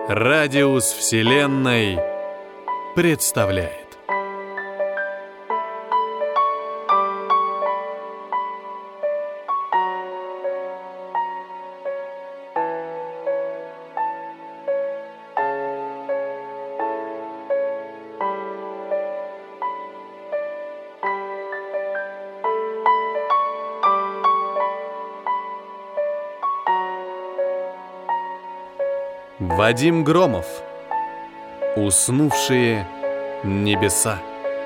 Радиус Вселенной представляет. Вадим Громов. Уснувшие небеса.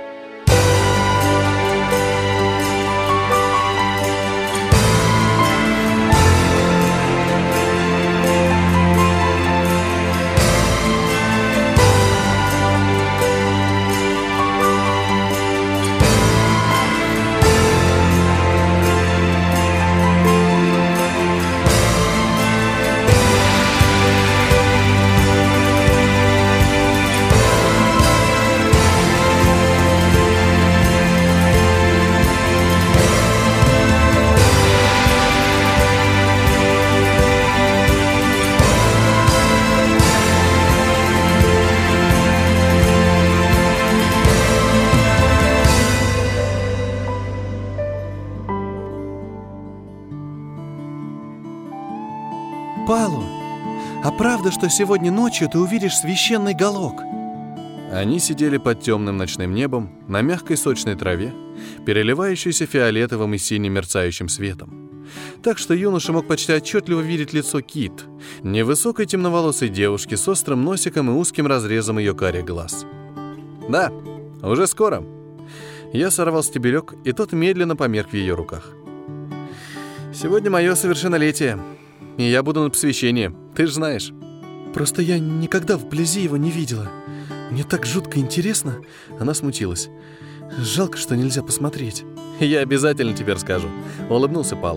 Палу, а правда, что сегодня ночью ты увидишь священный галок? Они сидели под темным ночным небом, на мягкой сочной траве, переливающейся фиолетовым и синим мерцающим светом. Так что юноша мог почти отчетливо видеть лицо Кит, невысокой темноволосой девушки с острым носиком и узким разрезом ее карих глаз. «Да, уже скоро». Я сорвал стебелек, и тот медленно померк в ее руках. «Сегодня мое совершеннолетие, и я буду на посвящении, ты же знаешь». Просто я никогда вблизи его не видела. Мне так жутко интересно. Она смутилась. Жалко, что нельзя посмотреть. «Я обязательно тебе расскажу», — улыбнулся Пала.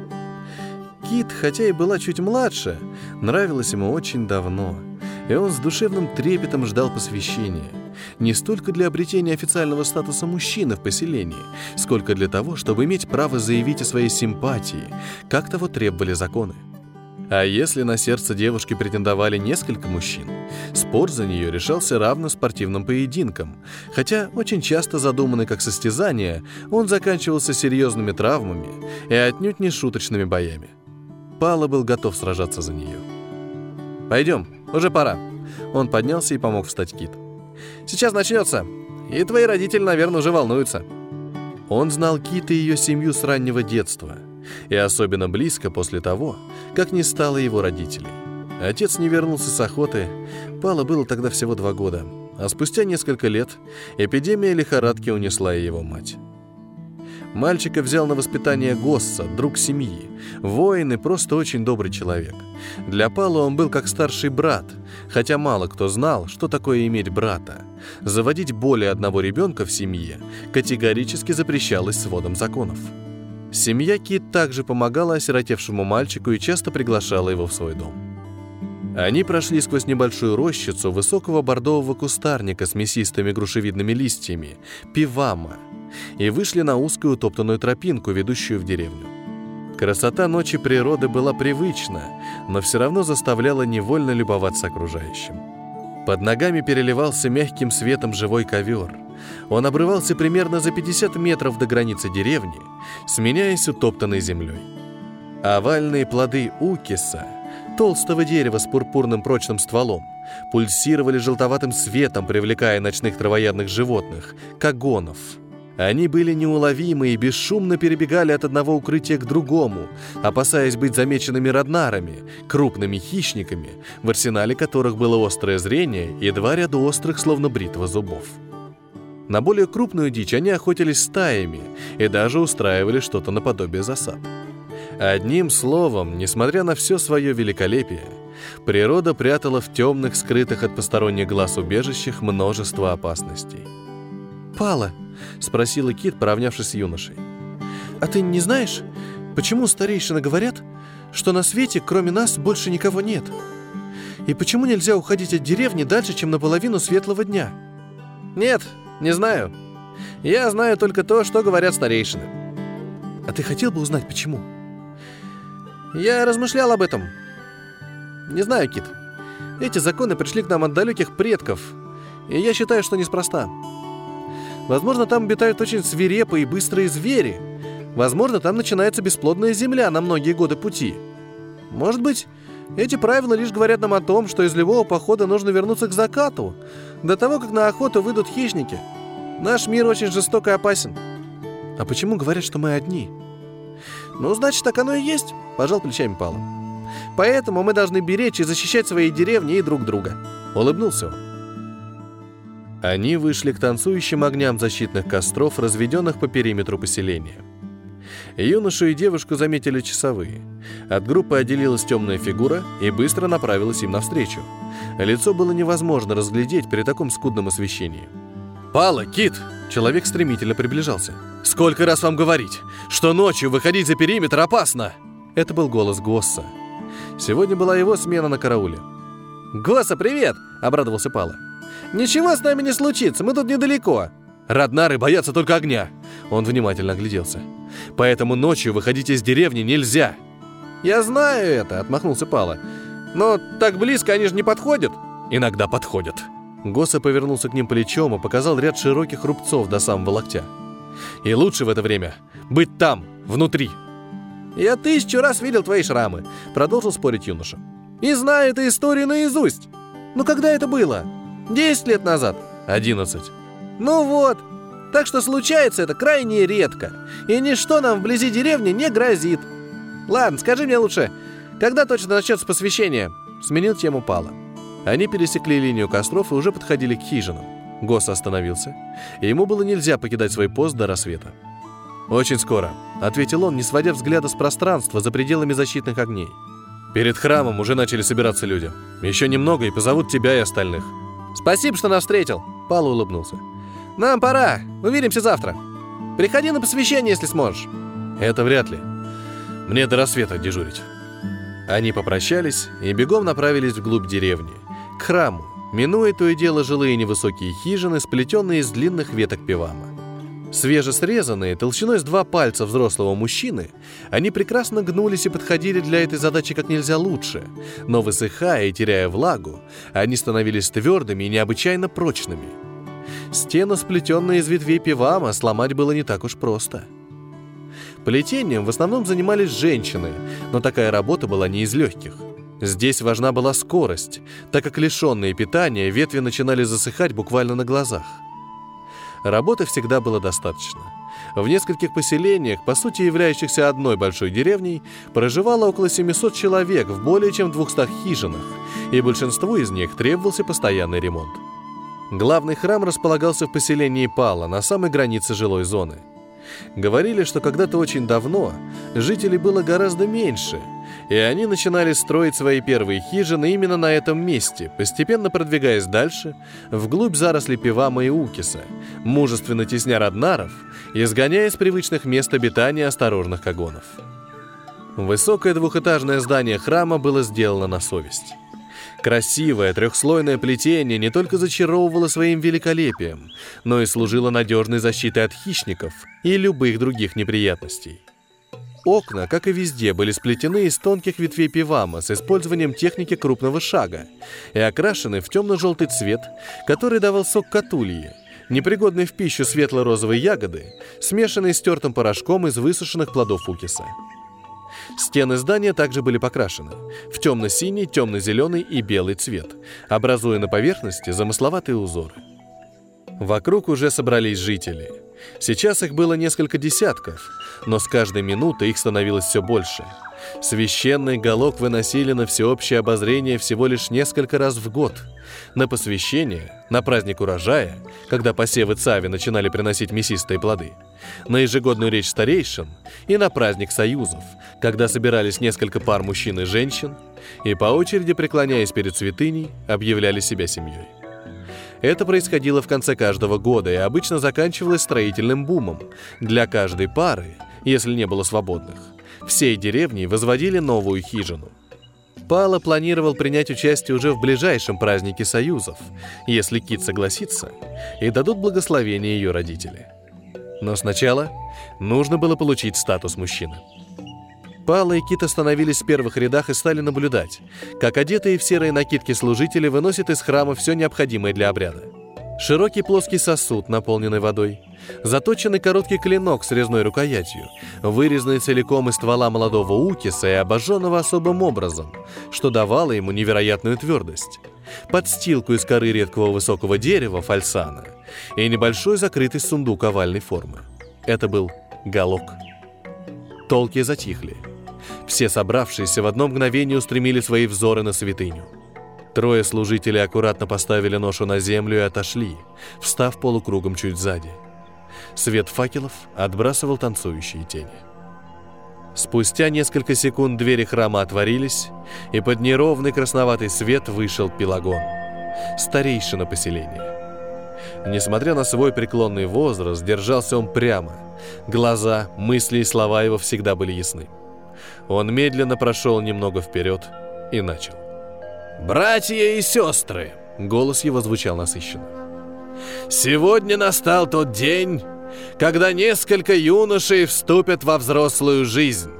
Кит, хотя и была чуть младше, нравилась ему очень давно, и он с душевным трепетом ждал посвящения. Не столько для обретения официального статуса мужчины в поселении, сколько для того, чтобы иметь право заявить о своей симпатии, как того требовали законы. А если на сердце девушки претендовали несколько мужчин, спор за нее решался равно спортивным поединком, хотя очень часто задуманный как состязание, он заканчивался серьезными травмами и отнюдь не шуточными боями. Пала был готов сражаться за нее. «Пойдем, уже пора». Он поднялся и помог встать Кит. «Сейчас начнется, и твои родители, наверное, уже волнуются». Он знал Кит и ее семью с раннего детства, и особенно близко после того, как не стало его родителей. Отец не вернулся с охоты, Пала было тогда всего 2 года, а спустя несколько лет эпидемия лихорадки унесла и его мать. Мальчика взял на воспитание Госса, друг семьи, воин и просто очень добрый человек. Для Пала он был как старший брат, хотя мало кто знал, что такое иметь брата. Заводить более одного ребенка в семье категорически запрещалось сводом законов. Семья Кит также помогала осиротевшему мальчику и часто приглашала его в свой дом. Они прошли сквозь небольшую рощицу высокого бордового кустарника с мясистыми грушевидными листьями, пивама, и вышли на узкую утоптанную тропинку, ведущую в деревню. Красота ночи природы была привычна, но все равно заставляла невольно любоваться окружающим. Под ногами переливался мягким светом живой ковер. Он обрывался примерно за 50 метров до границы деревни, сменяясь утоптанной землей. Овальные плоды укиса, толстого дерева с пурпурным прочным стволом, пульсировали желтоватым светом, привлекая ночных травоядных животных – кагонов. Они были неуловимы и бесшумно перебегали от одного укрытия к другому, опасаясь быть замеченными раднарами, крупными хищниками, в арсенале которых было острое зрение и 2 ряда острых, словно бритва, зубов. На более крупную дичь они охотились стаями и даже устраивали что-то наподобие засад. Одним словом, несмотря на все свое великолепие, природа прятала в темных, скрытых от посторонних глаз убежищах множество опасностей. «Пала», — спросила Кит, поравнявшись с юношей, «а ты не знаешь, почему старейшины говорят, что на свете кроме нас больше никого нет? И почему нельзя уходить от деревни дальше, чем наполовину светлого дня?» «Нет, не знаю. Я знаю только то, что говорят старейшины». «А ты хотел бы узнать, почему?» «Я размышлял об этом. Не знаю, Кит. Эти законы пришли к нам от далеких предков, и я считаю, что неспроста. Возможно, там обитают очень свирепые и быстрые звери. Возможно, там начинается бесплодная земля на многие годы пути. Может быть, эти правила лишь говорят нам о том, что из любого похода нужно вернуться к закату, до того, как на охоту выйдут хищники. Наш мир очень жесток и опасен. А почему говорят, что мы одни? Ну, значит, так оно и есть, пожал плечами Пала. Поэтому мы должны беречь и защищать свои деревни и друг друга. Улыбнулся он. Они вышли к танцующим огням защитных костров, разведенных по периметру поселения. Юношу и девушку заметили часовые. От группы отделилась темная фигура и быстро направилась им навстречу. Лицо было невозможно разглядеть при таком скудном освещении. «Пала, Кит!» Человек стремительно приближался. «Сколько раз вам говорить, что ночью выходить за периметр опасно!» Это был голос Госса. Сегодня была его смена на карауле. «Госса, привет!» — обрадовался Пала. «Ничего с нами не случится, мы тут недалеко». «Раднары боятся только огня». Он внимательно огляделся. «Поэтому ночью выходить из деревни нельзя». «Я знаю это», — отмахнулся Пала. «Но так близко они же не подходят». «Иногда подходят». Госса повернулся к ним плечом и показал ряд широких рубцов до самого локтя. «И лучше в это время быть там, внутри». «Я 1000 раз видел твои шрамы», — продолжил спорить юноша. «И знаю эту историю наизусть. Ну когда это было? 10 лет назад?» 11. «Ну вот. Так что случается это крайне редко. И ничто нам вблизи деревни не грозит. Ладно, скажи мне лучше, когда точно начнется посвящение?» Сменил тему Пала. Они пересекли линию костров и уже подходили к хижинам. Госс остановился, и ему было нельзя покидать свой пост до рассвета. «Очень скоро», — ответил он, не сводя взгляда с пространства за пределами защитных огней. «Перед храмом уже начали собираться люди. Еще немного и позовут тебя и остальных». «Спасибо, что нас встретил», — Пала улыбнулся. «Нам пора. Увидимся завтра. Приходи на посвящение, если сможешь». «Это вряд ли. Мне до рассвета дежурить». Они попрощались и бегом направились вглубь деревни, к храму, минуя то и дело жилые невысокие хижины, сплетенные из длинных веток пивама. Свежесрезанные, толщиной с 2 пальца взрослого мужчины, они прекрасно гнулись и подходили для этой задачи как нельзя лучше, но, высыхая и теряя влагу, они становились твердыми и необычайно прочными. Стену, сплетенную из ветвей пивама, сломать было не так уж просто. Плетением в основном занимались женщины, но такая работа была не из легких. Здесь важна была скорость, так как лишенные питания ветви начинали засыхать буквально на глазах. Работы всегда было достаточно. В нескольких поселениях, по сути являющихся одной большой деревней, проживало около 700 человек в более чем 200 хижинах, и большинству из них требовался постоянный ремонт. Главный храм располагался в поселении Пала, на самой границе жилой зоны. Говорили, что когда-то очень давно жителей было гораздо меньше, и они начинали строить свои первые хижины именно на этом месте, постепенно продвигаясь дальше, вглубь зарослей пивама и укиса, мужественно тесня раднаров и изгоняя из привычных мест обитания осторожных кагонов. Высокое двухэтажное здание храма было сделано на совесть. Красивое трехслойное плетение не только зачаровывало своим великолепием, но и служило надежной защитой от хищников и любых других неприятностей. Окна, как и везде, были сплетены из тонких ветвей пивама с использованием техники крупного шага и окрашены в темно-желтый цвет, который давал сок катульи, непригодный в пищу светло-розовые ягоды, смешанные с тертым порошком из высушенных плодов укиса. Стены здания также были покрашены в темно-синий, темно-зеленый и белый цвет, образуя на поверхности замысловатые узоры. Вокруг уже собрались жители. Сейчас их было несколько десятков, но с каждой минутой их становилось все больше. Священный галок выносили на всеобщее обозрение всего лишь несколько раз в год. На посвящение, на праздник урожая, когда посевы цави начинали приносить мясистые плоды, на ежегодную речь старейшин и на праздник союзов, когда собирались несколько пар мужчин и женщин и по очереди, преклоняясь перед святыней, объявляли себя семьей. Это происходило в конце каждого года и обычно заканчивалось строительным бумом. Для каждой пары, если не было свободных, всей деревней возводили новую хижину. Пала планировал принять участие уже в ближайшем празднике союзов, если Кит согласится, и дадут благословение ее родители. Но сначала нужно было получить статус мужчины. Пала и Кит остановились в первых рядах и стали наблюдать, как одетые в серые накидки служители выносят из храма все необходимое для обряда. Широкий плоский сосуд, наполненный водой, заточенный короткий клинок с резной рукоятью, вырезанный целиком из ствола молодого укиса и обожженного особым образом, что давало ему невероятную твердость, подстилку из коры редкого высокого дерева фальсана и небольшой закрытый сундук овальной формы. Это был галок. Толки затихли. Все собравшиеся в одно мгновение устремили свои взоры на святыню. Трое служителей аккуратно поставили ношу на землю и отошли, встав полукругом чуть сзади. Свет факелов отбрасывал танцующие тени. Спустя несколько секунд двери храма отворились, и под неровный красноватый свет вышел Пелагон, старейшина поселения. Несмотря на свой преклонный возраст, держался он прямо. Глаза, мысли и слова его всегда были ясны. Он медленно прошел немного вперед и начал. «Братья и сестры!» — голос его звучал насыщенно. «Сегодня настал тот день, когда несколько юношей вступят во взрослую жизнь.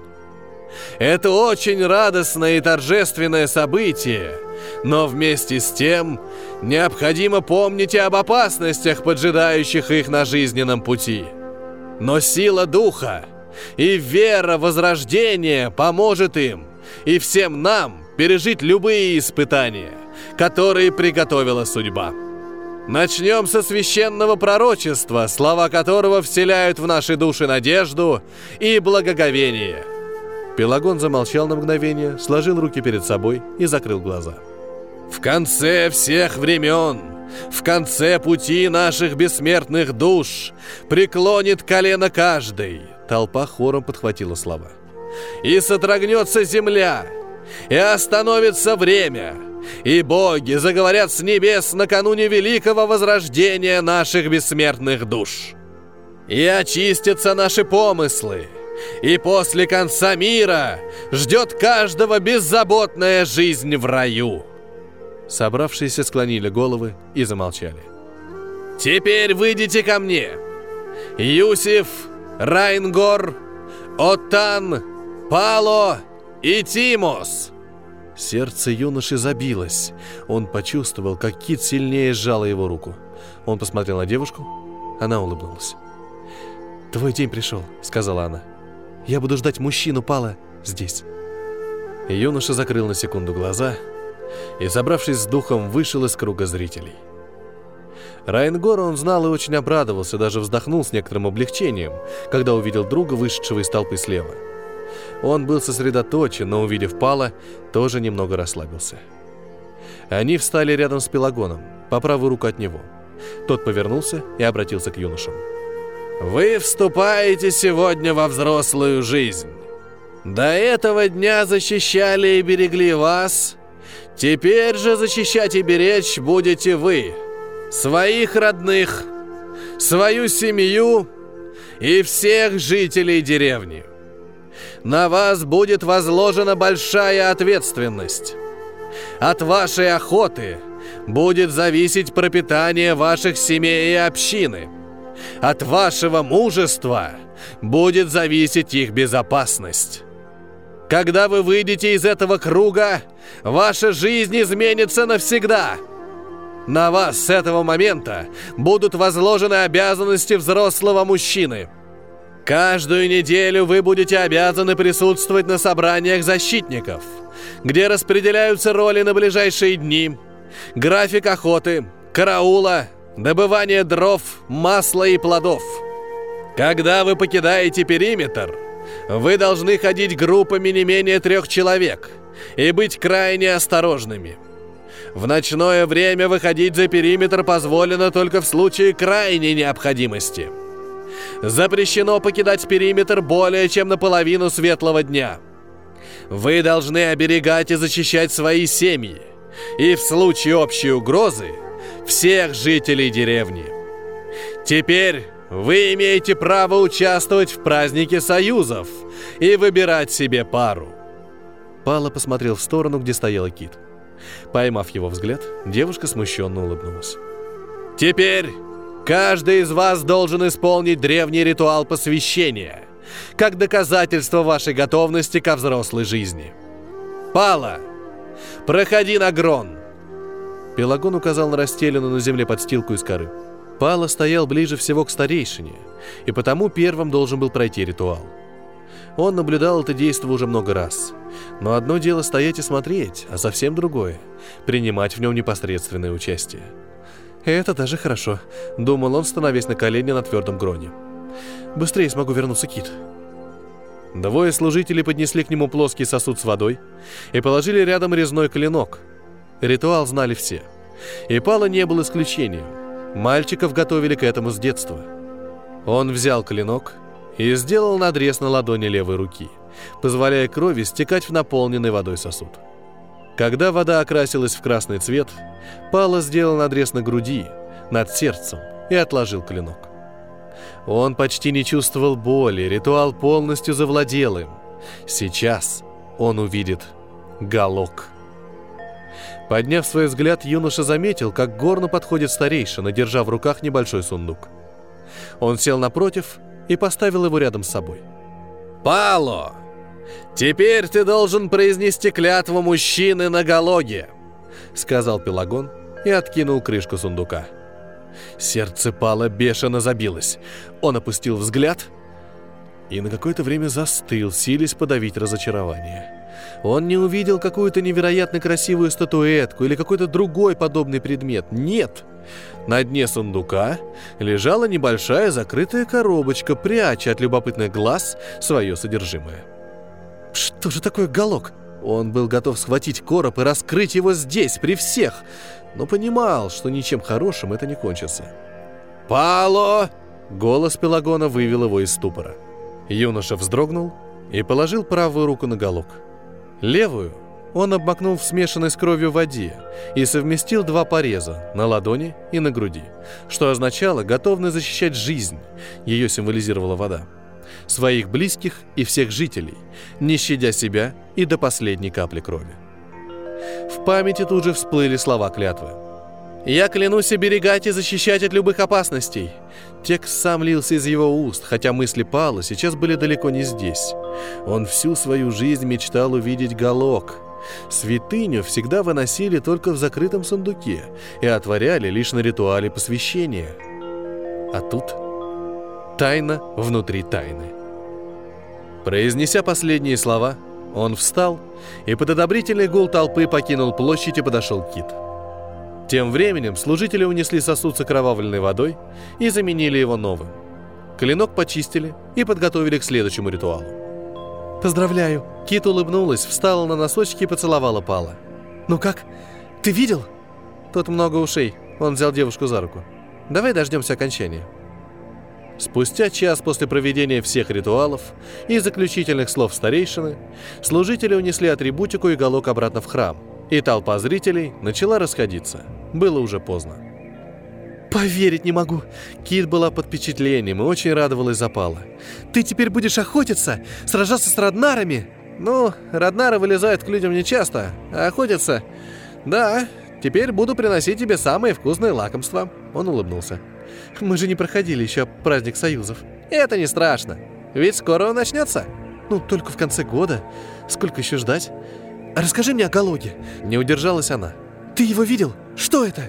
Это очень радостное и торжественное событие, но вместе с тем необходимо помнить и об опасностях, поджидающих их на жизненном пути. Но сила духа и вера возрождения поможет им и всем нам пережить любые испытания, которые приготовила судьба. Начнем со священного пророчества, слова которого вселяют в наши души надежду и благоговение». Пелагон замолчал на мгновение, сложил руки перед собой и закрыл глаза. «В конце всех времен, в конце пути наших бессмертных душ преклонит колено каждый». Толпа хором подхватила слова. «И содрогнется земля, и остановится время, и боги заговорят с небес накануне великого возрождения наших бессмертных душ. И очистятся наши помыслы, и после конца мира ждет каждого беззаботная жизнь в раю». Собравшиеся склонили головы и замолчали. «Теперь выйдите ко мне, Юсиф, Райнгор, Оттан, Пало и Тимос!» Сердце юноши забилось. Он почувствовал, как Кит сильнее сжала его руку. Он посмотрел на девушку. Она улыбнулась. «Твой день пришел», — сказала она. «Я буду ждать мужчину Пала здесь». Юноша закрыл на секунду глаза и, собравшись с духом, вышел из круга зрителей. Райнгора он знал и очень обрадовался, даже вздохнул с некоторым облегчением, когда увидел друга, вышедшего из толпы слева. Он был сосредоточен, но, увидев Пала, тоже немного расслабился. Они встали рядом с Пелагоном, по правую руку от него. Тот повернулся и обратился к юношам. «Вы вступаете сегодня во взрослую жизнь. До этого дня защищали и берегли вас. Теперь же защищать и беречь будете вы, своих родных, свою семью и всех жителей деревни. На вас будет возложена большая ответственность. От вашей охоты будет зависеть пропитание ваших семей и общины. От вашего мужества будет зависеть их безопасность. Когда вы выйдете из этого круга, ваша жизнь изменится навсегда. На вас с этого момента будут возложены обязанности взрослого мужчины. Каждую неделю вы будете обязаны присутствовать на собраниях защитников, где распределяются роли на ближайшие дни, график охоты, караула, добывание дров, масла и плодов. Когда вы покидаете периметр, вы должны ходить группами не менее 3 человек и быть крайне осторожными. В ночное время выходить за периметр позволено только в случае крайней необходимости. Запрещено покидать периметр более чем наполовину светлого дня. Вы должны оберегать и защищать свои семьи и в случае общей угрозы всех жителей деревни. Теперь вы имеете право участвовать в празднике союзов и выбирать себе пару. Пала посмотрел в сторону, где стояла Кит. Поймав его взгляд, девушка смущенно улыбнулась. «Теперь каждый из вас должен исполнить древний ритуал посвящения, как доказательство вашей готовности ко взрослой жизни. Пала, проходи на грон!» Пелагон указал на расстеленную на земле подстилку из коры. Пала стоял ближе всего к старейшине, и потому первым должен был пройти ритуал. Он наблюдал это действо уже много раз. Но одно дело стоять и смотреть, а совсем другое — принимать в нем непосредственное участие. «Это даже хорошо», — думал он, становясь на колени на твердом гроне. «Быстрее смогу вернуться, Кит». Двое служителей поднесли к нему плоский сосуд с водой и положили рядом резной клинок. Ритуал знали все. И Пала не был исключением. Мальчиков готовили к этому с детства. Он взял клинок и сделал надрез на ладони левой руки, позволяя крови стекать в наполненный водой сосуд. Когда вода окрасилась в красный цвет, Пала сделал надрез на груди, над сердцем, и отложил клинок. Он почти не чувствовал боли, ритуал полностью завладел им. Сейчас он увидит Галок. Подняв свой взгляд, юноша заметил, как к горну подходит старейшина, держа в руках небольшой сундук. Он сел напротив и поставил его рядом с собой. «Пало, теперь ты должен произнести клятву мужчины на Галоге», — сказал Пелагон и откинул крышку сундука. Сердце Пала бешено забилось. Он опустил взгляд и на какое-то время застыл, силясь подавить разочарование. Он не увидел какую-то невероятно красивую статуэтку или какой-то другой подобный предмет. Нет! На дне сундука лежала небольшая закрытая коробочка, пряча от любопытных глаз свое содержимое. Что же такое Галок? Он был готов схватить короб и раскрыть его здесь, при всех, но понимал, что ничем хорошим это не кончится. «Пало!» — голос Пелагона вывел его из ступора. Юноша вздрогнул и положил правую руку на Галок. Левую он обмакнул в смешанной с кровью воде и совместил два пореза на ладони и на груди, что означало готовность защищать жизнь, ее символизировала вода, своих близких и всех жителей, не щадя себя и до последней капли крови. В памяти тут же всплыли слова клятвы. «Я клянусь оберегать и защищать от любых опасностей». Текст сам лился из его уст, хотя мысли Пала сейчас были далеко не здесь. Он всю свою жизнь мечтал увидеть Галок. Святыню всегда выносили только в закрытом сундуке и отворяли лишь на ритуале посвящения. А тут тайна внутри тайны. Произнеся последние слова, он встал и под одобрительный гул толпы покинул площадь и подошел к Кит. Тем временем служители унесли сосуд с окровавленной водой и заменили его новым. Клинок почистили и подготовили к следующему ритуалу. «Поздравляю!» Кит улыбнулась, встала на носочки и поцеловала Пала. «Ну как? Ты видел?» «Тут много ушей», — он взял девушку за руку. «Давай дождемся окончания». Спустя час после проведения всех ритуалов и заключительных слов старейшины, служители унесли атрибутику и Галок обратно в храм, и толпа зрителей начала расходиться. Было уже поздно. «Поверить не могу!» Кит была под впечатлением и очень радовалась за Пала. «Ты теперь будешь охотиться, сражаться с раднарами?» «Ну, раднары вылезают к людям нечасто, а охотиться... Да, теперь буду приносить тебе самые вкусные лакомства». Он улыбнулся. «Мы же не проходили еще праздник союзов». «Это не страшно, ведь скоро он начнется». «Ну, только в конце года. Сколько еще ждать?» «Расскажи мне о Галоге». Не удержалась она. «Ты его видел? Что это?»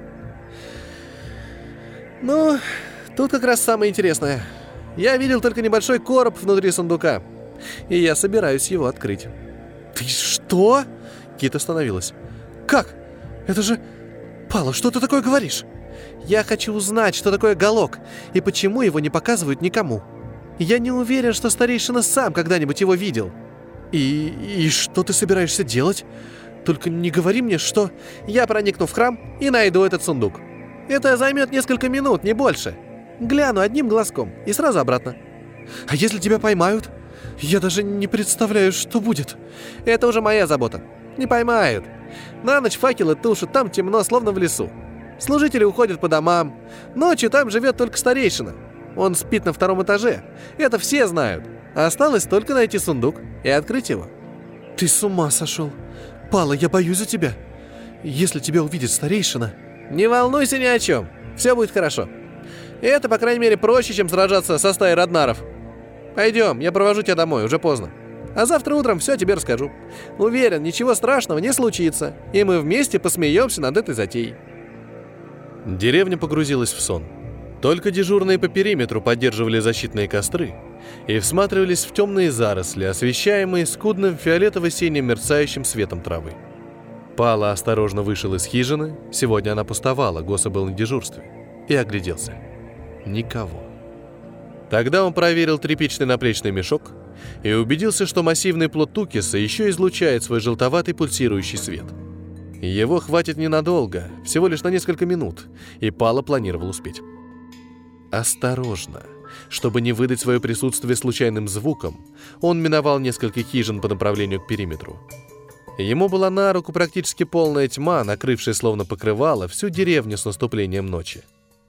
«Ну, тут как раз самое интересное. Я видел только небольшой короб внутри сундука, и я собираюсь его открыть». «Ты что?» Кит остановилась. «Как? Это же... Пала, что ты такое говоришь?» «Я хочу узнать, что такое Галок, и почему его не показывают никому. Я не уверен, что старейшина сам когда-нибудь его видел». И что ты собираешься делать? Только не говори мне, что... Я проникну в храм и найду этот сундук. Это займет несколько минут, не больше. Гляну одним глазком и сразу обратно. А если тебя поймают? Я даже не представляю, что будет. Это уже моя забота. Не поймают. На ночь факелы тушат, там темно, словно в лесу. Служители уходят по домам. Ночью там живет только старейшина. Он спит на 2-м этаже. Это все знают. Осталось только найти сундук и открыть его. Ты с ума сошел. Пала, я боюсь за тебя. Если тебя увидит старейшина... Не волнуйся ни о чем. Все будет хорошо. Это, по крайней мере, проще, чем сражаться со стаей раднаров. Пойдем, я провожу тебя домой, уже поздно. А завтра утром все тебе расскажу. Уверен, ничего страшного не случится, и мы вместе посмеемся над этой затеей». Деревня погрузилась в сон. Только дежурные по периметру поддерживали защитные костры и всматривались в темные заросли, освещаемые скудным фиолетово-синим мерцающим светом травы. Пала осторожно вышел из хижины, сегодня она пустовала, Госа был на дежурстве, и огляделся. Никого. Тогда он проверил тряпичный наплечный мешок и убедился, что массивный плод Тукиса еще излучает свой желтоватый пульсирующий свет. Его хватит ненадолго, всего лишь на несколько минут, и Пала планировал успеть. Осторожно, чтобы не выдать свое присутствие случайным звуком, он миновал несколько хижин по направлению к периметру. Ему была на руку практически полная тьма, накрывшая словно покрывало всю деревню с наступлением ночи.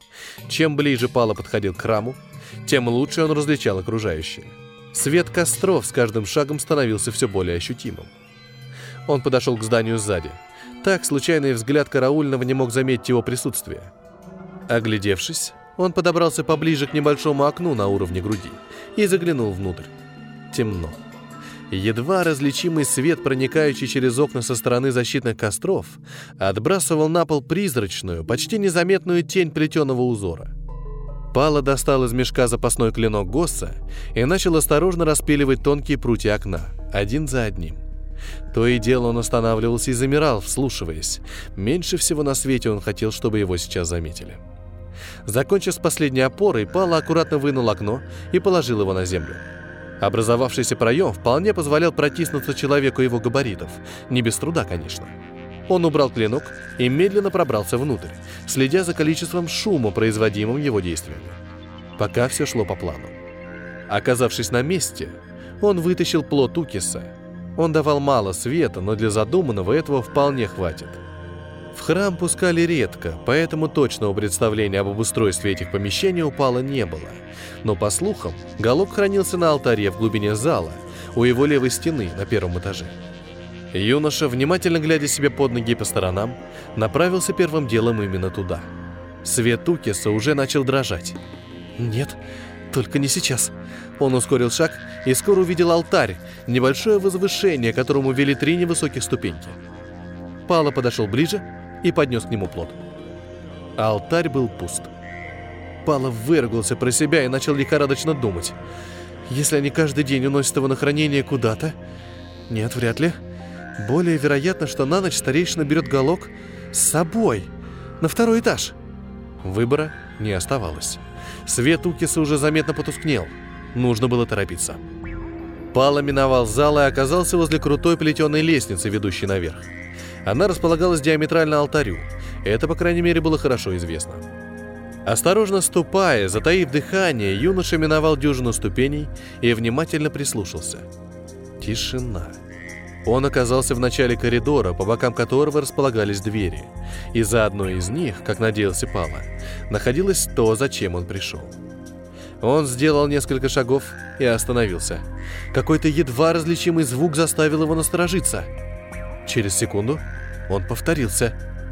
Чем ближе Пала подходил к храму, тем лучше он различал окружающее. Свет костров с каждым шагом становился все более ощутимым. Он подошел к зданию сзади. Так случайный взгляд караульного не мог заметить его присутствие. Оглядевшись, он подобрался поближе к небольшому окну на уровне груди и заглянул внутрь. Темно. Едва различимый свет, проникающий через окна со стороны защитных костров, отбрасывал на пол призрачную, почти незаметную тень плетеного узора. Пала достал из мешка запасной клинок Госса и начал осторожно распиливать тонкие прутья окна, один за одним. То и дело он останавливался и замирал, вслушиваясь. Меньше всего на свете он хотел, чтобы его сейчас заметили. Закончив с последней опорой, Пала аккуратно вынул окно и положил его на землю. Образовавшийся проем вполне позволял протиснуться человеку его габаритов, не без труда, конечно. Он убрал клинок и медленно пробрался внутрь, следя за количеством шума, производимым его действиями. Пока все шло по плану. Оказавшись на месте, он вытащил плод Тукиса. Он давал мало света, но для задуманного этого вполне хватит. В храм пускали редко, поэтому точного представления об обустройстве этих помещений у Пала не было. Но, по слухам, голубь хранился на алтаре в глубине зала, у его левой стены на первом этаже. Юноша, внимательно глядя себе под ноги по сторонам, направился первым делом именно туда. Свет Тукиса уже начал дрожать. «Нет, только не сейчас». Он ускорил шаг и скоро увидел алтарь, небольшое возвышение, к которому вели 3 невысоких ступеньки. Пала подошел ближе и поднес к нему плод. Алтарь был пуст. Пала выругался про себя и начал лихорадочно думать. Если они каждый день уносят его на хранение куда-то? Нет, вряд ли. Более вероятно, что на ночь старейшина берет голок с собой на 2-й этаж. Выбора не оставалось. Свет Тукиса уже заметно потускнел. Нужно было торопиться. Пала миновал зал и оказался возле крутой плетеной лестницы, ведущей наверх. Она располагалась диаметрально алтарю. Это, по крайней мере, было хорошо известно. Осторожно ступая, затаив дыхание, юноша миновал дюжину ступеней и внимательно прислушался. Тишина. Он оказался в начале коридора, по бокам которого располагались двери. И за одной из них, как надеялся Пала, находилось то, зачем он пришел. Он сделал несколько шагов и остановился. Какой-то едва различимый звук заставил его насторожиться. Через секунду он повторился.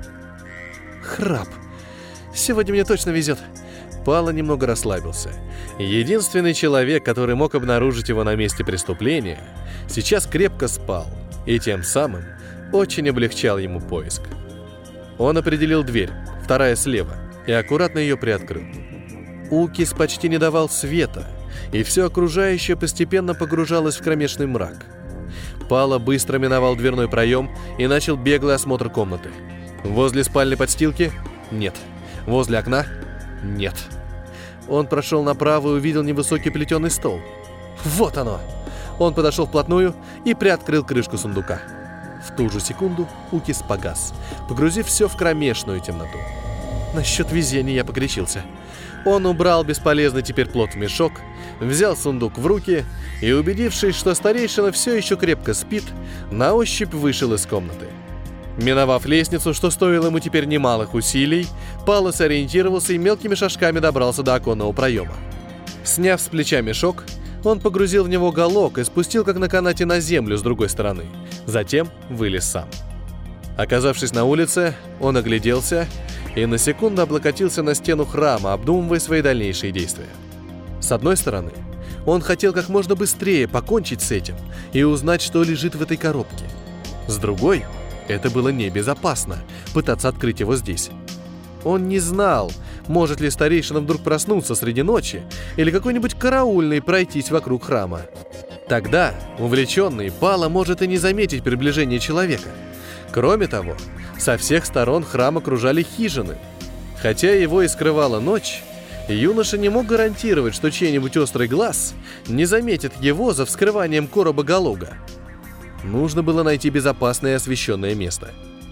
Храп. Сегодня мне точно везет. Пала немного расслабился. Единственный человек, который мог обнаружить его на месте преступления, сейчас крепко спал и тем самым очень облегчал ему поиск. Он определил дверь, 2-я слева, и аккуратно ее приоткрыл. Укис почти не давал света, и все окружающее постепенно погружалось в кромешный мрак. Пала быстро миновал дверной проем и начал беглый осмотр комнаты. Возле спальной подстилки – нет. Возле окна – нет. Он прошел направо и увидел невысокий плетеный стол. Вот оно! Он подошел вплотную и приоткрыл крышку сундука. В ту же секунду Укис погас, погрузив все в кромешную темноту. Насчет везения я погорячился. Он убрал бесполезный теперь плод в мешок, взял сундук в руки и, убедившись, что старейшина все еще крепко спит, на ощупь вышел из комнаты. Миновав лестницу, что стоило ему теперь немалых усилий, Пала сориентировался и мелкими шажками добрался до оконного проема. Сняв с плеча мешок, он погрузил в него голок и спустил как на канате на землю с другой стороны. Затем вылез сам. Оказавшись на улице, он огляделся и на секунду облокотился на стену храма, обдумывая свои дальнейшие действия. С одной стороны, Он хотел как можно быстрее покончить с этим и узнать, что лежит в этой коробке. С другой, это было небезопасно пытаться открыть его здесь. Он не знал, может ли старейшина вдруг проснуться среди ночи или какой-нибудь караульный пройтись вокруг храма. Тогда, увлеченный, Пала может и не заметить приближение человека. Кроме того, со всех сторон храм окружали хижины. Хотя его и скрывала ночь, юноша не мог гарантировать, что чей-нибудь острый глаз не заметит его за вскрыванием короба Галога. Нужно было найти безопасное и освещенное место.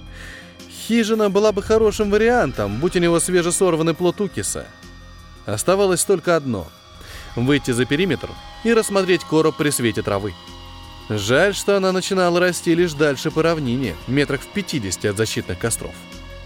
Хижина была бы хорошим вариантом, будь у него свежесорванный плод укиса. Оставалось только одно — выйти за периметр и рассмотреть короб при свете травы. Жаль, что она начинала расти лишь дальше по равнине, метрах в 50 от защитных костров.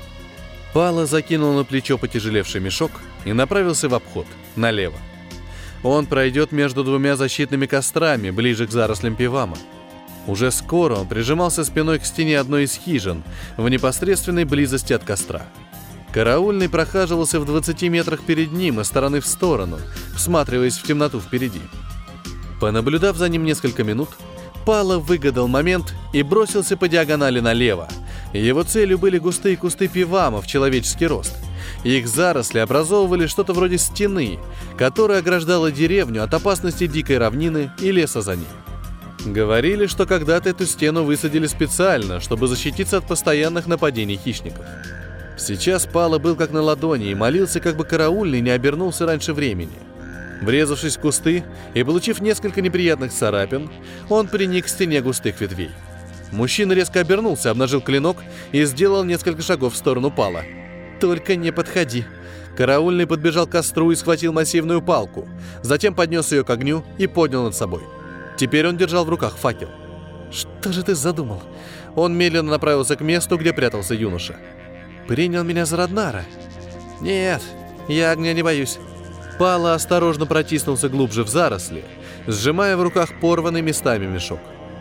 Пала закинул на плечо потяжелевший мешок и направился в обход, налево. Он пройдет между двумя защитными кострами, ближе к зарослям пивама. Уже скоро он прижимался спиной к стене одной из хижин, в непосредственной близости от костра. Караульный прохаживался в 20 метрах перед ним из стороны в сторону, всматриваясь в темноту впереди. Понаблюдав за ним несколько минут, Пала выгадал момент и бросился по диагонали налево. Его целью были густые кусты пивама в человеческий рост. Их заросли образовывали что-то вроде стены, которая ограждала деревню от опасности дикой равнины и леса за ней. Говорили, что когда-то эту стену высадили специально, чтобы защититься от постоянных нападений хищников. Сейчас Пала был как на ладони и молился, как бы караульный не обернулся раньше времени. Врезавшись в кусты и получив несколько неприятных царапин, он приник к стене густых ветвей. Мужчина резко обернулся, обнажил клинок и сделал несколько шагов в сторону Пала. «Только не подходи!» Караульный подбежал к костру и схватил массивную палку, затем поднес ее к огню и поднял над собой. Теперь он держал в руках факел. «Что же ты задумал?» Он медленно направился к месту, где прятался юноша. «Принял меня за Раднара?» «Нет, я огня не боюсь». Пала осторожно протиснулся глубже в заросли, сжимая в руках порванный местами мешок.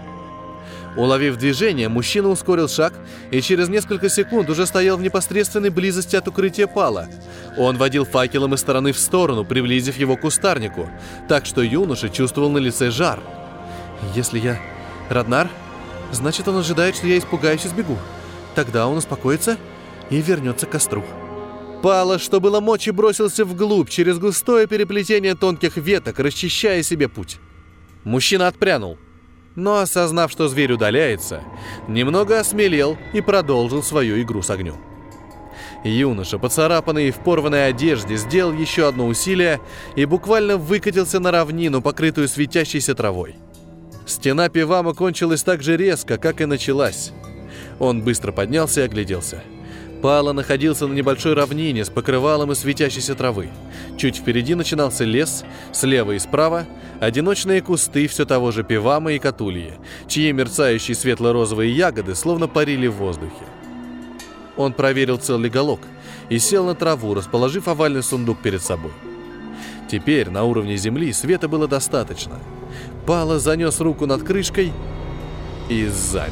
Уловив движение, мужчина ускорил шаг и через несколько секунд уже стоял в непосредственной близости от укрытия Пала. Он водил факелом из стороны в сторону, приблизив его к кустарнику, так что юноша чувствовал на лице жар. «Если я Раднар, значит, он ожидает, что я испугаюсь и сбегу. Тогда он успокоится и вернется к костру». Пала, что было мочи, бросился вглубь, через густое переплетение тонких веток, расчищая себе путь. Мужчина отпрянул, но, осознав, что зверь удаляется, немного осмелел и продолжил свою игру с огнем. Юноша, поцарапанный и в порванной одежде, сделал еще одно усилие и буквально выкатился на равнину, покрытую светящейся травой. Стена пивама кончилась так же резко, как и началась. Он быстро поднялся и огляделся. Пала находился на небольшой равнине с покрывалом из светящейся травы. Чуть впереди начинался лес, слева и справа одиночные кусты все того же пивама и катульи, чьи мерцающие светло-розовые ягоды словно парили в воздухе. Он проверил, цел ли Галог, и сел на траву, расположив овальный сундук перед собой. Теперь на уровне земли света было достаточно. Пала занес руку над крышкой и замер.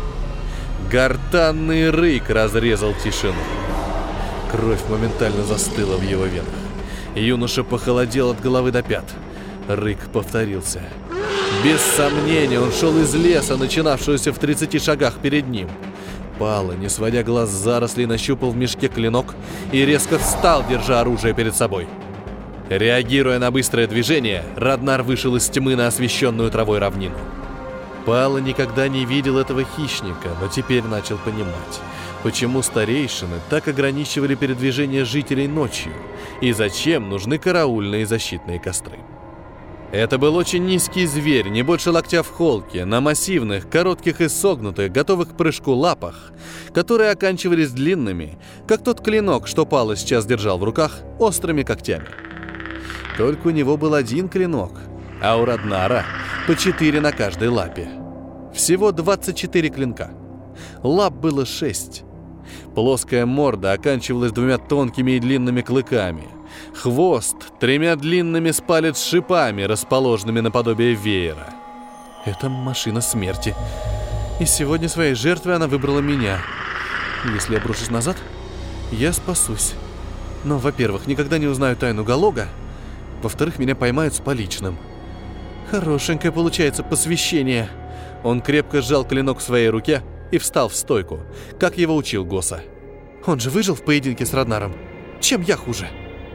Гортанный рык разрезал тишину. Кровь моментально застыла в его венах. Юноша похолодел от головы до пят. Рык повторился. Без сомнения, он шел из леса, начинавшегося в 30 шагах перед ним. Пала, не сводя глаз с зарослей, нащупал в мешке клинок и резко встал, держа оружие перед собой. Реагируя на быстрое движение, Раднар вышел из тьмы на освещенную травой равнину. Пала никогда не видел этого хищника, но теперь начал понимать, почему старейшины так ограничивали передвижение жителей ночью и зачем нужны караульные защитные костры. Это был очень низкий зверь, не больше локтя в холке, на массивных, коротких и согнутых, готовых к прыжку лапах, которые оканчивались длинными, как тот клинок, что Пала сейчас держал в руках, острыми когтями. Только у него был один клинок, а у Раднара по 4 на каждой лапе. Всего 24 клинка. Лап было 6. Плоская морда оканчивалась 2 тонкими и длинными клыками. Хвост 3 длинными с палец шипами, расположенными наподобие веера. Это машина смерти. И сегодня своей жертвой она выбрала меня. Если я брошусь назад, я спасусь. Но, во-первых, никогда не узнаю тайну Галога. Во-вторых, меня поймают с поличным. Хорошенькое получается посвящение. Он крепко сжал клинок в своей руке и встал в стойку, как его учил Госа. Он же выжил в поединке с Раднаром. Чем я хуже?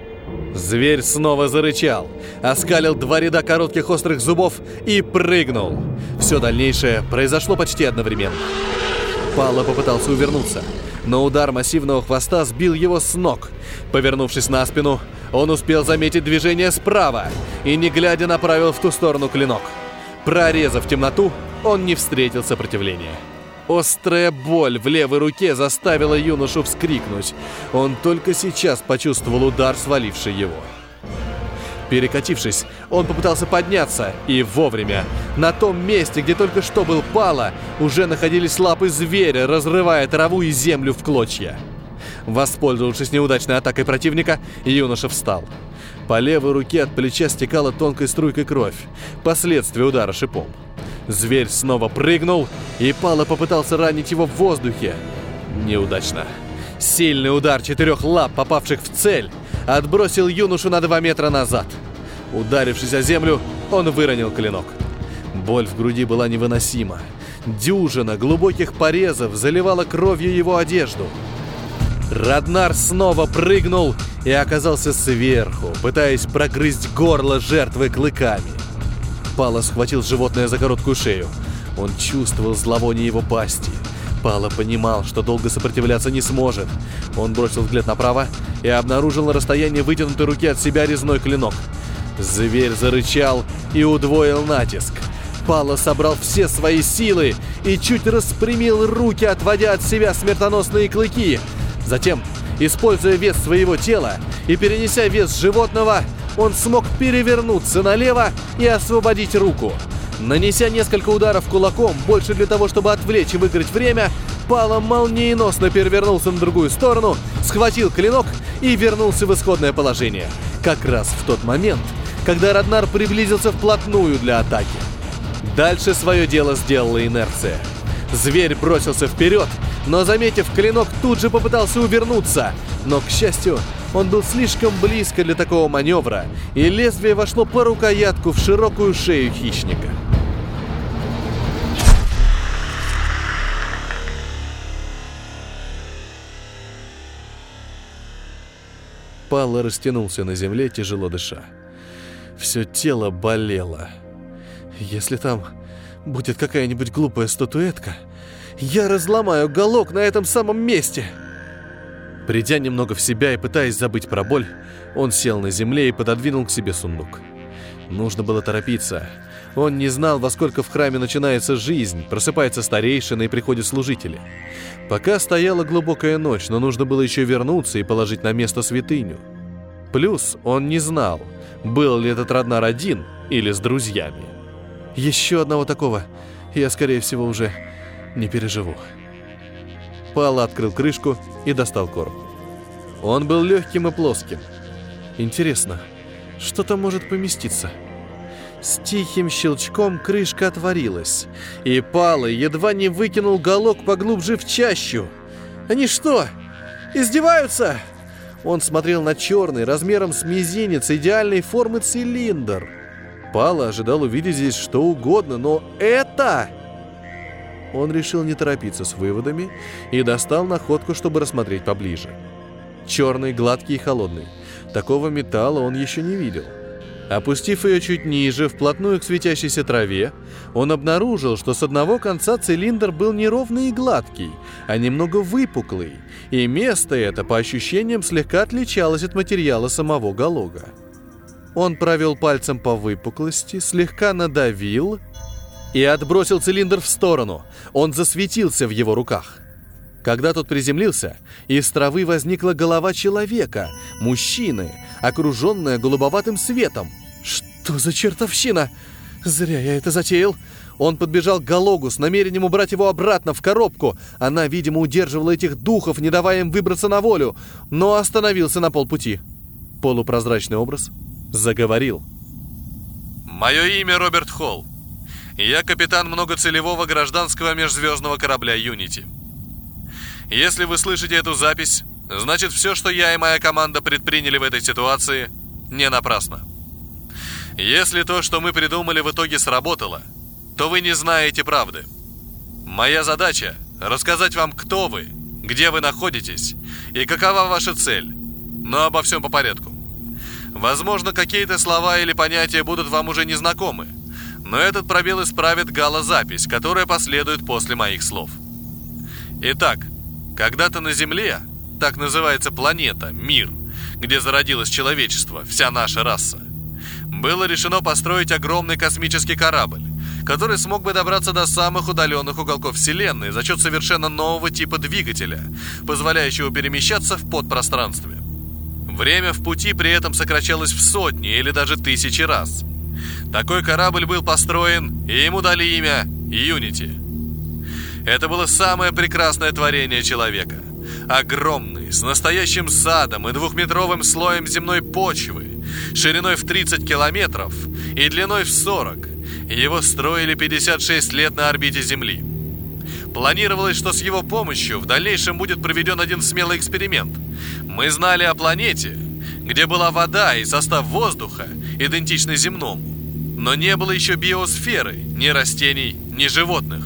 Зверь снова зарычал, оскалил 2 ряда коротких острых зубов и прыгнул. Все дальнейшее произошло почти одновременно. Палла попытался увернуться, но удар массивного хвоста сбил его с ног. Повернувшись на спину, он успел заметить движение справа и, не глядя, направил в ту сторону клинок. Прорезав темноту, он не встретил сопротивления. Острая боль в левой руке заставила юношу вскрикнуть. Он только сейчас почувствовал удар, сваливший его. Перекатившись, он попытался подняться, и вовремя. На том месте, где только что был Палла, уже находились лапы зверя, разрывая траву и землю в клочья. Воспользовавшись неудачной атакой противника, юноша встал. По левой руке от плеча стекала тонкой струйкой кровь, последствия удара шипом. Зверь снова прыгнул, и Палла попытался ранить его в воздухе. Неудачно. Сильный удар 4 лап, попавших в цель, отбросил юношу на 2 метра назад. Ударившись о землю, он выронил клинок. Боль в груди была невыносима. Дюжина глубоких порезов заливала кровью его одежду. Раднар снова прыгнул и оказался сверху, пытаясь прогрызть горло жертвы клыками. Палла схватил животное за короткую шею. Он чувствовал зловоние его пасти. Палла понимал, что долго сопротивляться не сможет. Он бросил взгляд направо и обнаружил на расстоянии вытянутой руки от себя резной клинок. Зверь зарычал и удвоил натиск. Палла собрал все свои силы и чуть распрямил руки, отводя от себя смертоносные клыки. Затем, используя вес своего тела и перенеся вес животного, он смог перевернуться налево и освободить руку. Нанеся несколько ударов кулаком, больше для того, чтобы отвлечь и выиграть время, Палла молниеносно перевернулся на другую сторону, схватил клинок и вернулся в исходное положение. Как раз в тот момент, когда Раднар приблизился вплотную для атаки. Дальше свое дело сделала инерция. Зверь бросился вперед, но, заметив клинок, тут же попытался увернуться. Но, к счастью, он был слишком близко для такого маневра, и лезвие вошло по рукоятку в широкую шею хищника. Палла растянулся на земле, тяжело дыша. Все тело болело. Если там будет какая-нибудь глупая статуэтка, я разломаю уголок на этом самом месте. Придя немного в себя и пытаясь забыть про боль, он сел на земле и пододвинул к себе сундук. Нужно было торопиться. Он не знал, во сколько в храме начинается жизнь, просыпается старейшина и приходят служители. Пока стояла глубокая ночь, но нужно было еще вернуться и положить на место святыню. Плюс он не знал, был ли этот Раднар один или с друзьями. Еще одного такого я, скорее всего, уже не переживу. Палла открыл крышку и достал короб. Он был легким и плоским. Интересно, что там может поместиться? С тихим щелчком крышка отворилась, и Палла едва не выкинул голок поглубже в чащу. Они что, издеваются? Он смотрел на черный, размером с мизинец, идеальной формы цилиндр. Палла ожидал увидеть здесь что угодно, но это... Он решил не торопиться с выводами и достал находку, чтобы рассмотреть поближе. Черный, гладкий и холодный. Такого металла он еще не видел. Опустив ее чуть ниже, вплотную к светящейся траве, он обнаружил, что с одного конца цилиндр был не ровный и гладкий, а немного выпуклый, и место это, по ощущениям, слегка отличалось от материала самого галога. Он провел пальцем по выпуклости, слегка надавил и отбросил цилиндр в сторону. Он засветился в его руках. Когда тот приземлился, из травы возникла голова человека, мужчины, окруженная голубоватым светом. Что за чертовщина? Зря я это затеял. Он подбежал к галогу с намерением убрать его обратно в коробку. Она, видимо, удерживала этих духов, не давая им выбраться на волю, но остановился на полпути. Полупрозрачный образ заговорил. «Мое имя Роберт Холл. Я капитан многоцелевого гражданского межзвездного корабля «Юнити». Если вы слышите эту запись, значит, все, что я и моя команда предприняли в этой ситуации, не напрасно. Если то, что мы придумали, в итоге сработало, то вы не знаете правды. Моя задача – рассказать вам, кто вы, где вы находитесь и какова ваша цель. Но обо всем по порядку. Возможно, какие-то слова или понятия будут вам уже незнакомы, но этот пробел исправит галозапись, которая последует после моих слов. Итак, когда-то на Земле, так называется планета, мир, где зародилось человечество, вся наша раса, было решено построить огромный космический корабль, который смог бы добраться до самых удаленных уголков Вселенной за счет совершенно нового типа двигателя, позволяющего перемещаться в подпространстве. Время в пути при этом сокращалось в сотни или даже тысячи раз. Такой корабль был построен, и ему дали имя Юнити. Это было самое прекрасное творение человека. Огромный, с настоящим садом и 2-метровым слоем земной почвы, шириной в 30 километров и длиной в 40. Его строили 56 лет на орбите Земли. Планировалось, что с его помощью в дальнейшем будет проведен один смелый эксперимент. Мы знали о планете, где была вода и состав воздуха, идентичный земному, но не было еще биосферы, ни растений, ни животных.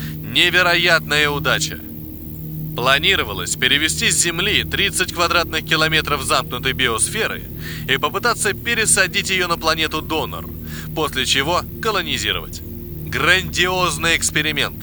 Невероятная удача! Планировалось перевести с Земли 30 квадратных километров замкнутой биосферы и попытаться пересадить ее на планету Донор, после чего колонизировать. Грандиозный эксперимент!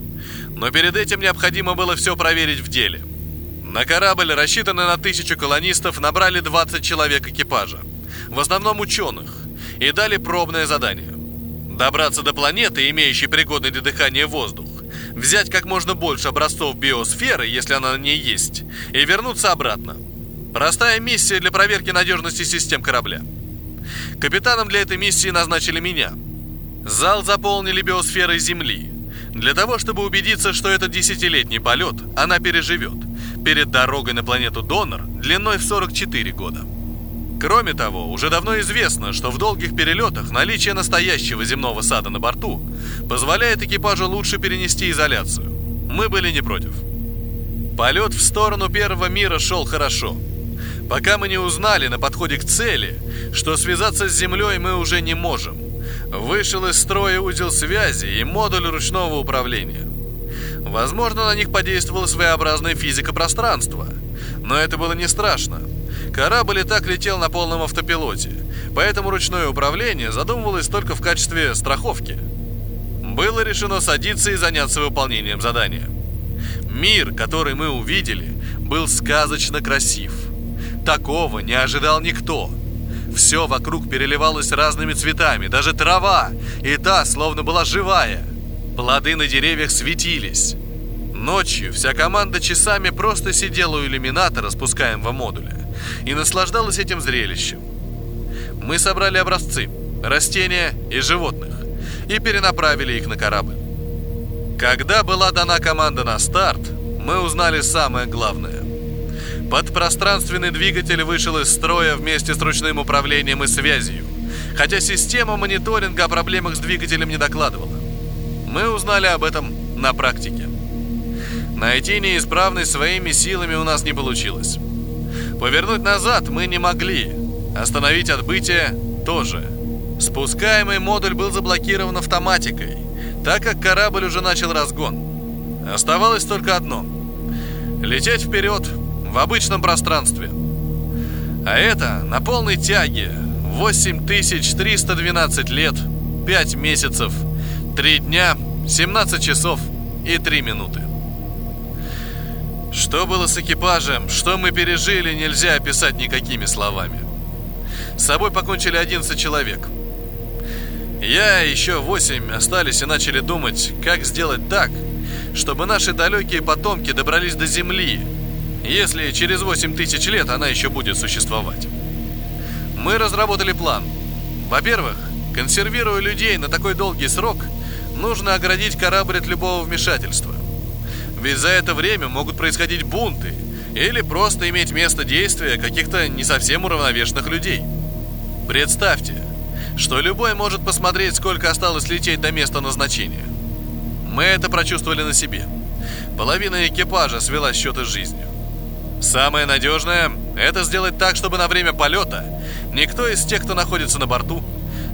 Но перед этим необходимо было все проверить в деле. На корабль, рассчитанный на 1000 колонистов, набрали 20 человек экипажа, в основном ученых, и дали пробное задание. Добраться до планеты, имеющей пригодный для дыхания воздух, взять как можно больше образцов биосферы, если она на ней есть, и вернуться обратно. Простая миссия для проверки надежности систем корабля. Капитаном для этой миссии назначили меня. Зал заполнили биосферой Земли, для того, чтобы убедиться, что этот 10-летний полет она переживет перед дорогой на планету Донор длиной в 44 года. Кроме того, уже давно известно, что в долгих перелетах наличие настоящего земного сада на борту позволяет экипажу лучше перенести изоляцию. Мы были не против. Полет в сторону первого мира шел хорошо, пока мы не узнали на подходе к цели, что связаться с Землей мы уже не можем. Вышел из строя узел связи и модуль ручного управления. Возможно, на них подействовала своеобразная физика пространства, но это было не страшно. Корабль и так летел на полном автопилоте, поэтому ручное управление задумывалось только в качестве страховки. Было решено садиться и заняться выполнением задания. Мир, который мы увидели, был сказочно красив. Такого не ожидал никто. Все вокруг переливалось разными цветами, даже трава, и та словно была живая. Плоды на деревьях светились. Ночью вся команда часами просто сидела у иллюминатора спускаемого модуля и наслаждалась этим зрелищем. Мы собрали образцы, растения и животных и перенаправили их на корабль. Когда была дана команда на старт, мы узнали самое главное. Подпространственный двигатель вышел из строя вместе с ручным управлением и связью, хотя система мониторинга о проблемах с двигателем не докладывала. Мы узнали об этом на практике. Найти неисправность своими силами у нас не получилось. Повернуть назад мы не могли. Остановить отбытие тоже. Спускаемый модуль был заблокирован автоматикой, так как корабль уже начал разгон. Оставалось только одно – лететь вперед в обычном пространстве. А это на полной тяге 8312 лет, 5 месяцев, 3 дня, 17 часов и 3 минуты. Что было с экипажем, что мы пережили, нельзя описать никакими словами. С собой покончили 11 человек. Я и еще 8 остались и начали думать, как сделать так, чтобы наши далекие потомки добрались до Земли, если через 8000 лет она еще будет существовать. Мы разработали план. Во-первых, консервируя людей на такой долгий срок, нужно оградить корабль от любого вмешательства. Ведь за это время могут происходить бунты или просто иметь место действия каких-то не совсем уравновешенных людей. Представьте, что любой может посмотреть, сколько осталось лететь до места назначения. Мы это прочувствовали на себе. Половина экипажа свела счеты с жизнью. Самое надежное – это сделать так, чтобы на время полета никто из тех, кто находится на борту,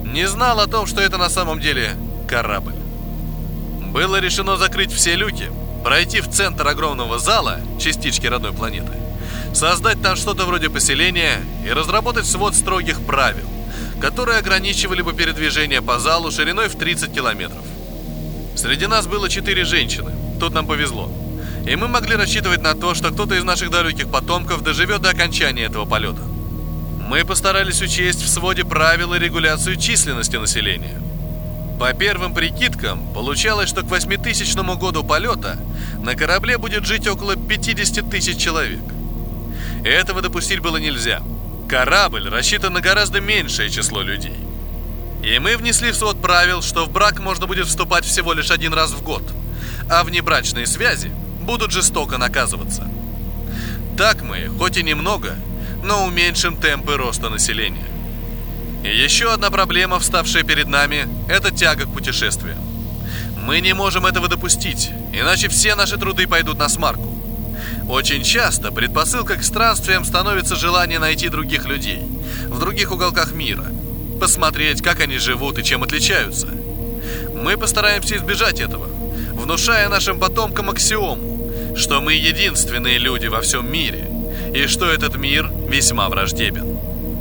не знал о том, что это на самом деле корабль. Было решено закрыть все люки, пройти в центр огромного зала, частички родной планеты, создать там что-то вроде поселения и разработать свод строгих правил, которые ограничивали бы передвижение по залу шириной в 30 километров. Среди нас было 4 женщины, тут нам повезло. И мы могли рассчитывать на то, что кто-то из наших далеких потомков доживет до окончания этого полета. Мы постарались учесть в своде правил и регуляцию численности населения. По первым прикидкам, получалось, что к 8000 году полета на корабле будет жить около 50 тысяч человек. Этого допустить было нельзя. Корабль рассчитан на гораздо меньшее число людей. И мы внесли в свод правил, что в брак можно будет вступать всего лишь 1 раз в год, а внебрачные связи будут жестоко наказываться. Так мы, хоть и немного, но уменьшим темпы роста населения. И еще одна проблема, вставшая перед нами, это тяга к путешествиям. Мы не можем этого допустить, иначе все наши труды пойдут на смарку. Очень часто предпосылкой к странствиям становится желание найти других людей в других уголках мира, посмотреть, как они живут и чем отличаются. Мы постараемся избежать этого, внушая нашим потомкам аксиому, что мы единственные люди во всем мире и что этот мир весьма враждебен.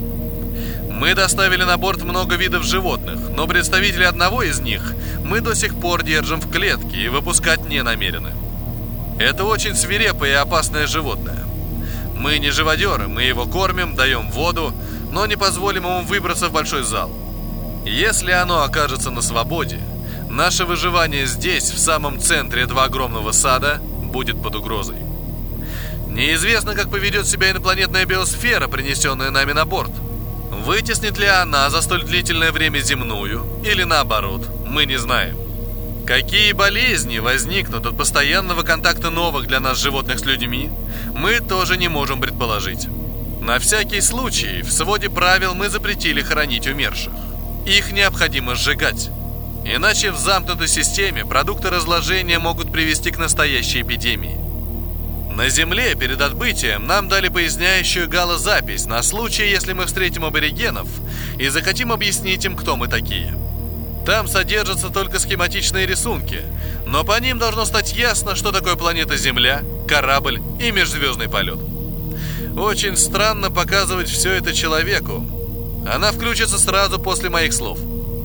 Мы доставили на борт много видов животных, но представителей одного из них мы до сих пор держим в клетке и выпускать не намерены. Это очень свирепое и опасное животное. Мы не живодеры, мы его кормим, даем воду, но не позволим ему выбраться в большой зал. Если оно окажется на свободе, наше выживание здесь, в самом центре этого огромного сада, будет под угрозой. Неизвестно, как поведет себя инопланетная биосфера, принесенная нами на борт. Вытеснит ли она за столь длительное время земную, или наоборот, мы не знаем. Какие болезни возникнут от постоянного контакта новых для нас животных с людьми, мы тоже не можем предположить. На всякий случай в своде правил мы запретили хоронить умерших. Их необходимо сжигать. Иначе в замкнутой системе продукты разложения могут привести к настоящей эпидемии. На Земле перед отбытием нам дали поясняющую галозапись на случай, если мы встретим аборигенов и захотим объяснить им, кто мы такие. Там содержатся только схематичные рисунки, но по ним должно стать ясно, что такое планета Земля, корабль и межзвездный полет. Очень странно показывать все это человеку. Она включится сразу после моих слов.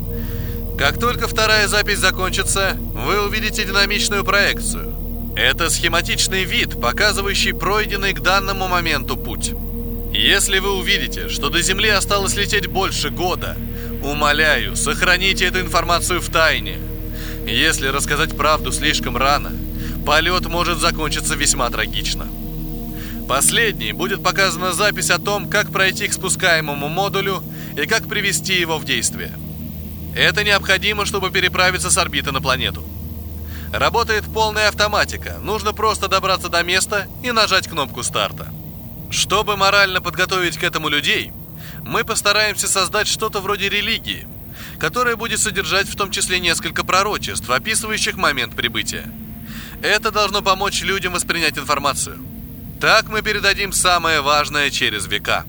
Как только вторая запись закончится, вы увидите динамичную проекцию. Это схематичный вид, показывающий пройденный к данному моменту путь. Если вы увидите, что до Земли осталось лететь больше года, умоляю, сохраните эту информацию в тайне. Если рассказать правду слишком рано, полет может закончиться весьма трагично. Последней будет показана запись о том, как пройти к спускаемому модулю и как привести его в действие. Это необходимо, чтобы переправиться с орбиты на планету. Работает полная автоматика, нужно просто добраться до места и нажать кнопку старта. Чтобы морально подготовить к этому людей, мы постараемся создать что-то вроде религии, которая будет содержать в том числе несколько пророчеств, описывающих момент прибытия. Это должно помочь людям воспринять информацию. Так мы передадим самое важное через века.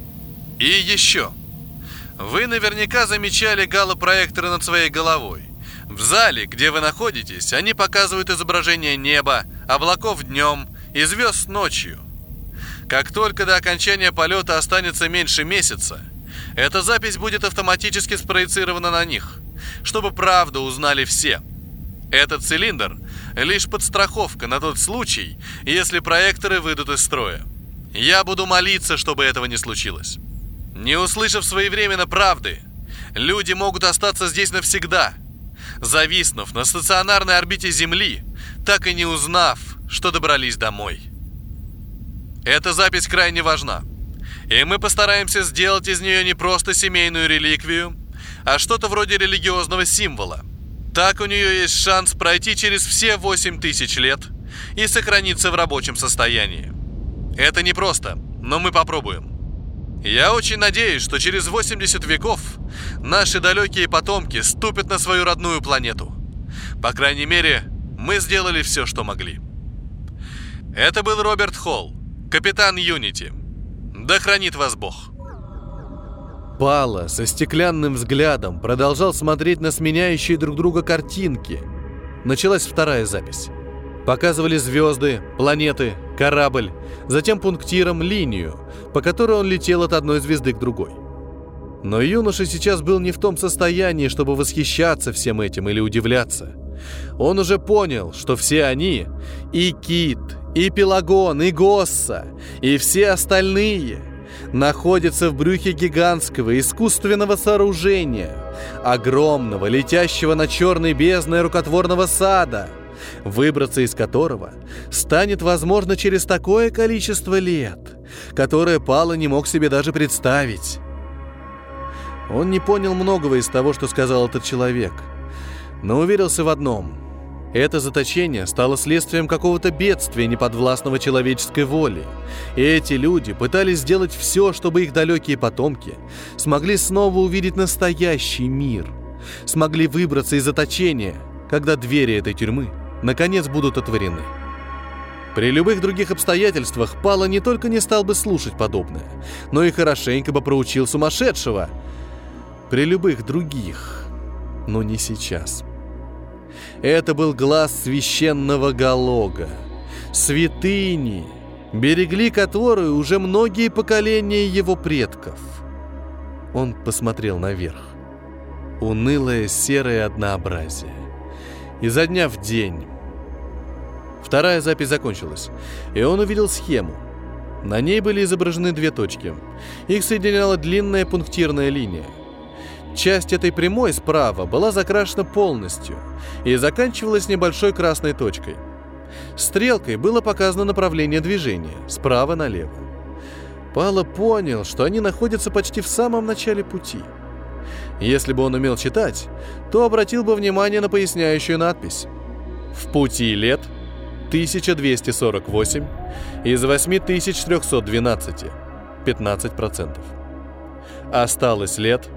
И еще. Вы наверняка замечали галопроекторы над своей головой. В зале, где вы находитесь, они показывают изображение неба, облаков днем и звезд ночью. Как только до окончания полета останется меньше месяца, эта запись будет автоматически спроецирована на них, чтобы правду узнали все. Этот цилиндр – лишь подстраховка на тот случай, если проекторы выйдут из строя. Я буду молиться, чтобы этого не случилось. Не услышав своевременно правды, люди могут остаться здесь навсегда, зависнув на стационарной орбите Земли, так и не узнав, что добрались домой. Эта запись крайне важна, и мы постараемся сделать из нее не просто семейную реликвию, а что-то вроде религиозного символа. Так у нее есть шанс пройти через все 8000 лет и сохраниться в рабочем состоянии. Это непросто, но мы попробуем. Я очень надеюсь, что через 80 веков наши далекие потомки ступят на свою родную планету. По крайней мере, мы сделали все, что могли. Это был Роберт Холл, капитан Юнити. Да хранит вас Бог. Пала со стеклянным взглядом продолжал смотреть на сменяющие друг друга картинки. Началась вторая запись. Показывали звезды, планеты, корабль, затем пунктиром линию, по которой он летел от одной звезды к другой. Но юноша сейчас был не в том состоянии, чтобы восхищаться всем этим или удивляться. Он уже понял, что все они, и Кит, и Пелагон, и Госса, и все остальные, находятся в брюхе гигантского искусственного сооружения, огромного, летящего над черной бездной рукотворного сада, выбраться из которого станет возможно через такое количество лет, которое Пала не мог себе даже представить. Он не понял многого из того, что сказал этот человек, но уверился в одном: это заточение стало следствием какого-то бедствия, неподвластного человеческой воле, и эти люди пытались сделать все, чтобы их далекие потомки смогли снова увидеть настоящий мир, смогли выбраться из заточения, когда двери этой тюрьмы наконец будут отворены. При любых других обстоятельствах Пала не только не стал бы слушать подобное, но и хорошенько бы проучил сумасшедшего. При любых других, но не сейчас. Это был глаз священного Галога, святыни, берегли которую уже многие поколения его предков. Он посмотрел наверх. Унылое серое однообразие. Изо дня в день. Вторая запись закончилась, и он увидел схему. На ней были изображены две точки. Их соединяла длинная пунктирная линия. Часть этой прямой справа была закрашена полностью и заканчивалась небольшой красной точкой. Стрелкой было показано направление движения справа налево. Пала понял, что они находятся почти в самом начале пути. Если бы он умел читать, то обратил бы внимание на поясняющую надпись: «В пути лет 1248 из 8312, 15%. Осталось лет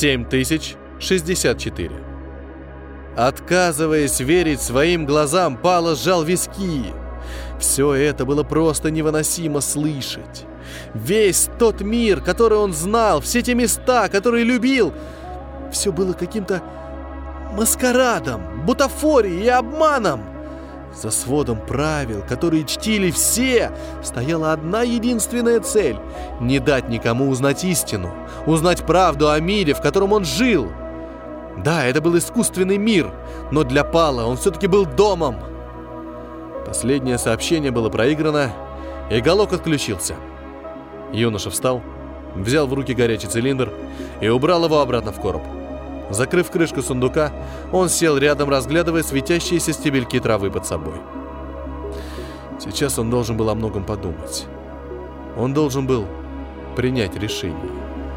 7064». Отказываясь верить своим глазам, Пала сжал виски. Все это было просто невыносимо слышать. Весь тот мир, который он знал, все те места, которые любил, все было каким-то маскарадом, бутафорией и обманом. За сводом правил, которые чтили все, стояла одна единственная цель — не дать никому узнать истину, узнать правду о мире, в котором он жил. Да, это был искусственный мир, но для Пала он все-таки был домом. Последнее сообщение было проиграно, и Галок отключился. Юноша встал, взял в руки горячий цилиндр и убрал его обратно в короб. Закрыв крышку сундука, он сел рядом, разглядывая светящиеся стебельки травы под собой. Сейчас он должен был о многом подумать. Он должен был принять решение.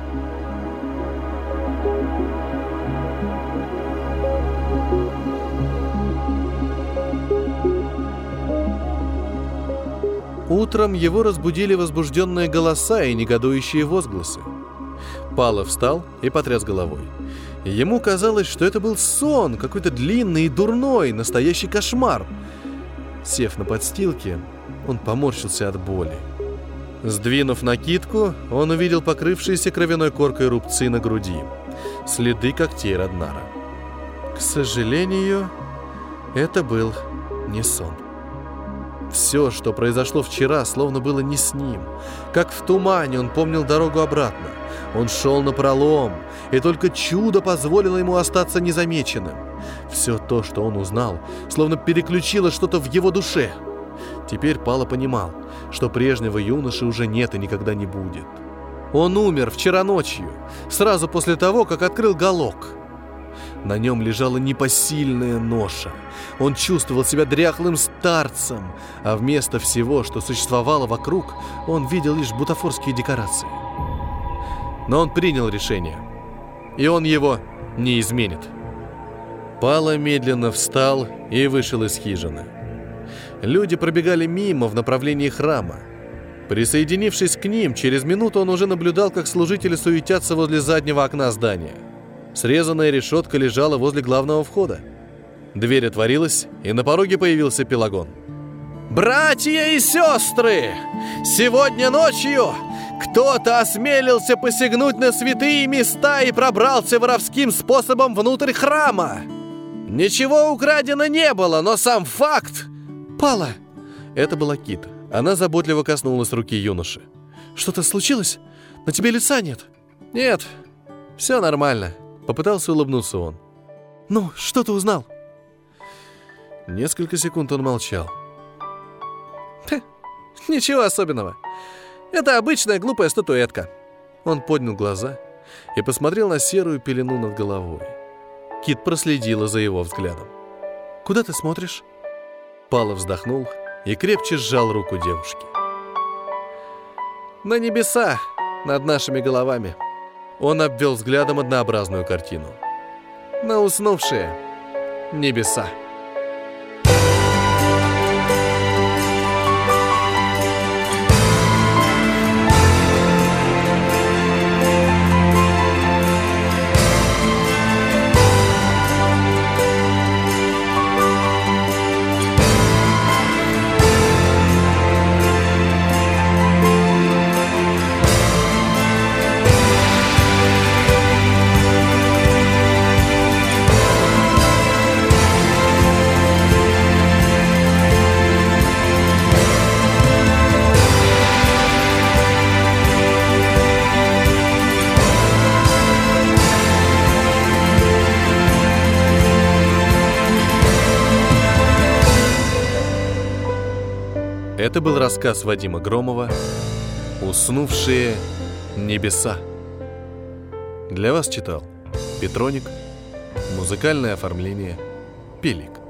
Утром его разбудили возбужденные голоса и негодующие возгласы. Пала встал и потряс головой. Ему казалось, что это был сон, какой-то длинный и дурной, настоящий кошмар. Сев на подстилке, он поморщился от боли. Сдвинув накидку, он увидел покрывшиеся кровяной коркой рубцы на груди, следы когтей Раднара. К сожалению, это был не сон. Все, что произошло вчера, словно было не с ним. Как в тумане он помнил дорогу обратно. Он шел напролом, и только чудо позволило ему остаться незамеченным. Все то, что он узнал, словно переключило что-то в его душе. Теперь Пала понимал, что прежнего юноши уже нет и никогда не будет. Он умер вчера ночью, сразу после того, как открыл Галок. На нем лежала непосильная ноша. Он чувствовал себя дряхлым старцем, а вместо всего, что существовало вокруг, он видел лишь бутафорские декорации. Но он принял решение, и он его не изменит. Пала медленно встал и вышел из хижины. Люди пробегали мимо в направлении храма. Присоединившись к ним, через минуту он уже наблюдал, как служители суетятся возле заднего окна здания. Срезанная решетка лежала возле главного входа. Дверь отворилась, и на пороге появился Пелагон. «Братья и сестры! Сегодня ночью Кто-то осмелился посягнуть на святые места и пробрался воровским способом внутрь храма. Ничего украдено не было, но сам факт... Пала! Это была Кит. Она заботливо коснулась руки юноши. Что-то случилось? На тебе лица нет. Нет, все нормально. Попытался улыбнуться он. Ну, что ты узнал? Несколько секунд он молчал. Ничего особенного. Это обычная глупая статуэтка. Он поднял глаза и посмотрел на серую пелену над головой. Кит проследила за его взглядом. Куда ты смотришь? Пала вздохнул и крепче сжал руку девушки. На небеса над нашими головами. Он обвел взглядом однообразную картину. На уснувшие небеса. Это был рассказ Вадима Громова «Уснувшие небеса». Для вас читал Петроник, музыкальное оформление Пелик.